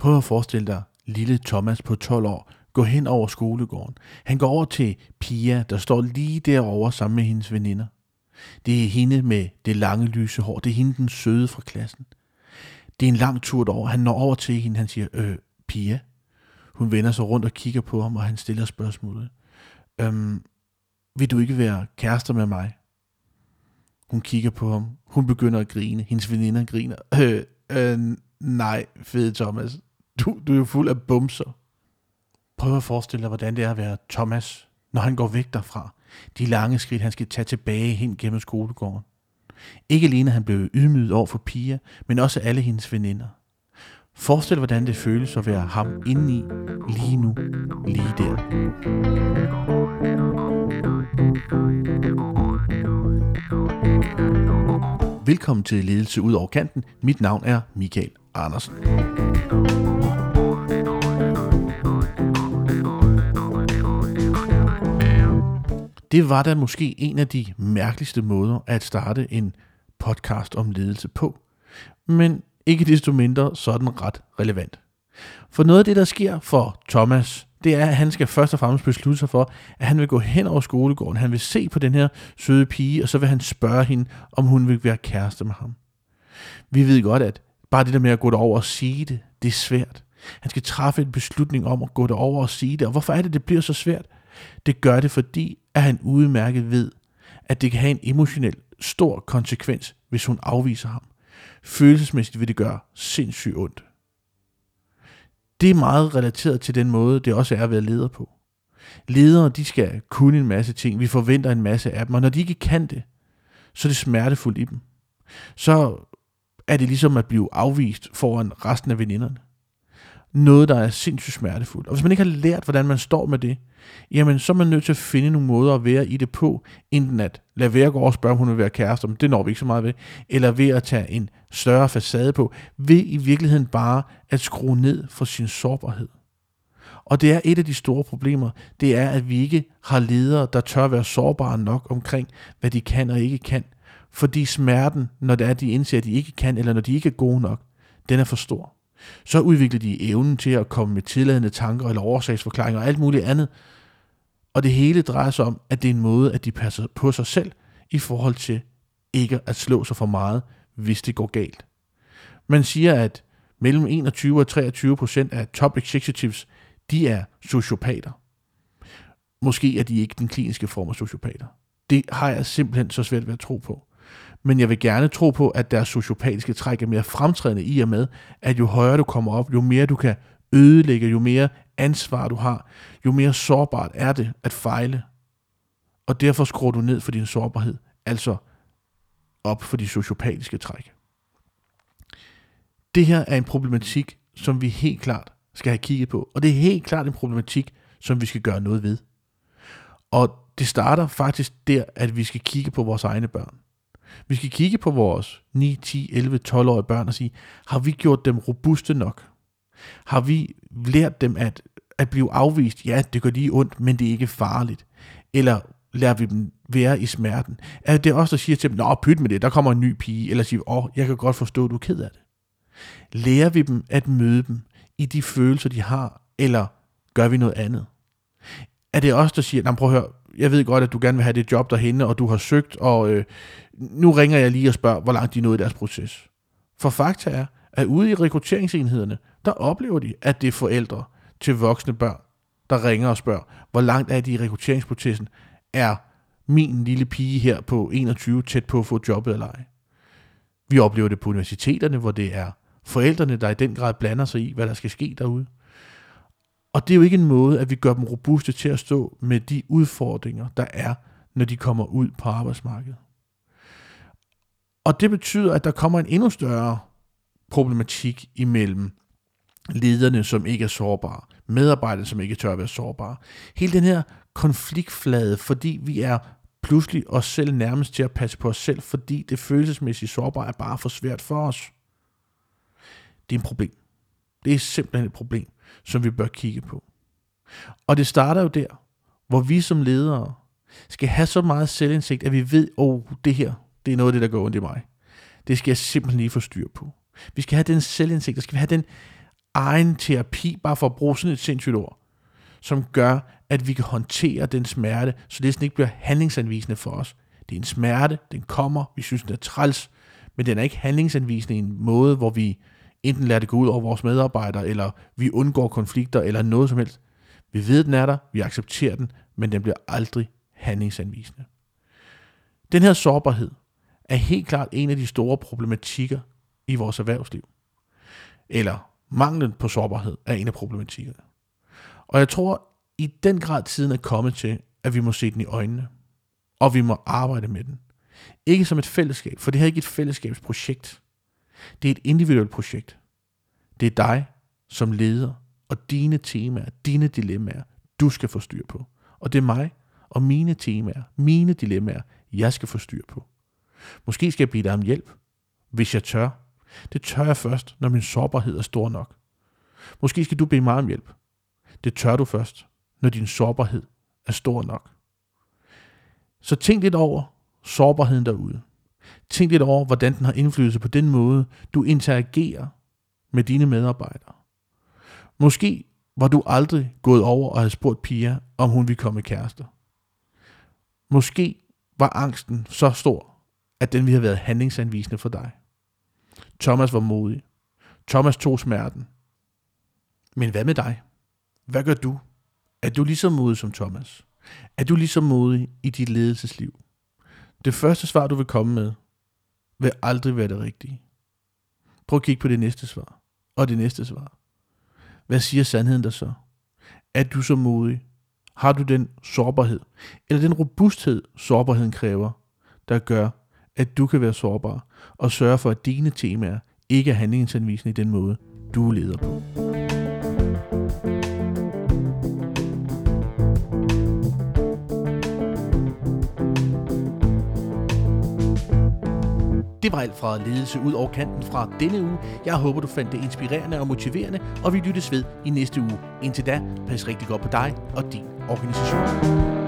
Prøv at forestille dig lille Thomas på 12 år gå hen over skolegården. Han går over til Pia, der står lige derovre sammen med hendes veninder. Det er hende med det lange lyse hår. Det er hende den søde fra klassen. Det er en lang tur derover. Han når over til hende. Han siger, Pia. Hun vender sig rundt og kigger på ham, og han stiller spørgsmålet. Vil du ikke være kærester med mig? Hun kigger på ham. Hun begynder at grine. Hendes veninder griner. Nej, fede Thomas. Du er jo fuld af bumser. Prøv at forestille dig, hvordan det er at være Thomas, når han går væk derfra. De lange skridt, han skal tage tilbage hen gennem skolegården. Ikke alene han blev ydmyget over for Pia, men også alle hendes veninder. Forestil dig, hvordan det føles at være ham indeni, lige nu, lige der. Velkommen til Ledelse ud over kanten. Mit navn er Michael Andersen. Det var da måske en af de mærkeligste måder at starte en podcast om ledelse på. Men ikke desto mindre så er den ret relevant. For noget af det, der sker for Thomas, det er, at han skal først og fremmest beslutte sig for, at han vil gå hen over skolegården. Han vil se på den her søde pige, og så vil han spørge hende, om hun vil være kæreste med ham. Vi ved godt, at bare det der med at gå derover og sige det, det er svært. Han skal træffe en beslutning om at gå derover og sige det. Og hvorfor er det bliver så svært? Det gør det, fordi at han udmærket ved, at det kan have en emotionel stor konsekvens, hvis hun afviser ham. Følelsesmæssigt vil det gøre sindssygt ondt. Det er meget relateret til den måde, det også er at være leder på. Ledere, de skal kunne en masse ting. Vi forventer en masse af dem, og når de ikke kan det, så er det smertefuldt i dem. Så er det ligesom at blive afvist foran resten af veninderne. Noget, der er sindssygt smertefuldt. Og hvis man ikke har lært, hvordan man står med det, jamen så er man nødt til at finde nogle måder at være i det på, enten at lade være at gå over og spørge, om hun vil være kæreste, men det når vi ikke så meget ved, eller ved at tage en større facade på, ved i virkeligheden bare at skrue ned for sin sårbarhed. Og det er et af de store problemer, det er, at vi ikke har ledere, der tør være sårbare nok omkring, hvad de kan og ikke kan. Fordi smerten, når det er, de indser, at de ikke kan, eller når de ikke er gode nok, den er for stor. Så udvikler de evnen til at komme med tilladende tanker eller årsagsforklaringer og alt muligt andet. Og det hele drejer sig om, at det er en måde, at de passer på sig selv i forhold til ikke at slå sig for meget, hvis det går galt. Man siger, at mellem 21 og 23% af top executives, de er sociopater. Måske er de ikke den kliniske form af sociopater. Det har jeg simpelthen så svært ved at tro på. Men jeg vil gerne tro på, at deres sociopatiske træk er mere fremtrædende i og med, at jo højere du kommer op, jo mere du kan ødelægge, jo mere ansvar du har, jo mere sårbart er det at fejle. Og derfor skruer du ned for din sårbarhed, altså op for de sociopatiske træk. Det her er en problematik, som vi helt klart skal have kigget på, og det er helt klart en problematik, som vi skal gøre noget ved. Og det starter faktisk der, at vi skal kigge på vores egne børn. Vi skal kigge på vores 9, 10, 11, 12-årige børn og sige, har vi gjort dem robuste nok? Har vi lært dem at blive afvist? Ja, det gør lige ondt, men det er ikke farligt. Eller lærer vi dem være i smerten? Er det os, der siger til dem, nå, pyt med det, der kommer en ny pige, eller siger, jeg kan godt forstå, at du er ked af det. Lærer vi dem at møde dem i de følelser, de har, eller gør vi noget andet? Er det os, der siger, prøv at høre, jeg ved godt, at du gerne vil have det job derhenne, og du har søgt, og nu ringer jeg lige og spørger, hvor langt de er nået i deres proces. For fakta er, at ude i rekrutteringsenhederne, der oplever de, at det er forældre til voksne børn, der ringer og spørger, hvor langt er de i rekrutteringsprocessen, er min lille pige her på 21 tæt på at få jobbet eller ej. Vi oplever det på universiteterne, hvor det er forældrene, der i den grad blander sig i, hvad der skal ske derude. Og det er jo ikke en måde, at vi gør dem robuste til at stå med de udfordringer, der er, når de kommer ud på arbejdsmarkedet. Og det betyder, at der kommer en endnu større problematik imellem lederne, som ikke er sårbare, medarbejdere, som ikke tør at være sårbare. Hele den her konfliktflade, fordi vi er pludselig os selv nærmest til at passe på os selv, fordi det følelsesmæssige sårbare er bare for svært for os. Det er et problem. Det er simpelthen et problem, som vi bør kigge på. Og det starter jo der, hvor vi som ledere skal have så meget selvindsigt, at vi ved, det her, det er noget af det, der går ondt i mig. Det skal jeg simpelthen lige få styr på. Vi skal have den selvindsigt, og skal vi have den egen terapi, bare for at bruge sådan et sindssygt ord, som gør, at vi kan håndtere den smerte, så det ikke bliver handlingsanvisende for os. Det er en smerte, den kommer, vi synes, den er træls, men den er ikke handlingsanvisende i en måde, hvor vi enten lader det gå ud over vores medarbejdere, eller vi undgår konflikter, eller noget som helst. Vi ved, den er der, vi accepterer den, men den bliver aldrig handlingsanvisende. Den her sårbarhed er helt klart en af de store problematikker i vores erhvervsliv. Eller manglen på sårbarhed er en af problematikkerne. Og jeg tror, i den grad tiden er kommet til, at vi må se den i øjnene, og vi må arbejde med den. Ikke som et fællesskab, for det her er ikke et fællesskabsprojekt. Det er et individuelt projekt. Det er dig som leder, og dine temaer, dine dilemmaer, du skal få styr på. Og det er mig og mine temaer, mine dilemmaer, jeg skal få styr på. Måske skal jeg bede dig om hjælp, hvis jeg tør. Det tør jeg først, når min sårbarhed er stor nok. Måske skal du bede mig om hjælp. Det tør du først, når din sårbarhed er stor nok. Så tænk lidt over sårbarheden derude. Tænk lidt over, hvordan den har indflydelse på den måde, du interagerer med dine medarbejdere. Måske var du aldrig gået over og havde spurgt Pia, om hun ville komme kærester. Måske var angsten så stor, at den ville have været handlingsanvisende for dig. Thomas var modig. Thomas tog smerten. Men hvad med dig? Hvad gør du? Er du lige så modig som Thomas? Er du lige så modig i dit ledelsesliv? Det første svar, du vil komme med, vil aldrig være det rigtige. Prøv at kigge på det næste svar. Og det næste svar. Hvad siger sandheden der så? Er du så modig? Har du den sårbarhed? Eller den robusthed, sårbarheden kræver, der gør, at du kan være sårbar og sørge for, at dine temaer ikke er handlingsanvisende i den måde, du leder på. Det var alt fra Ledelse ud over kanten fra denne uge. Jeg håber, du fandt det inspirerende og motiverende, og vi lyttes ved i næste uge. Indtil da, pas rigtig godt på dig og din organisation.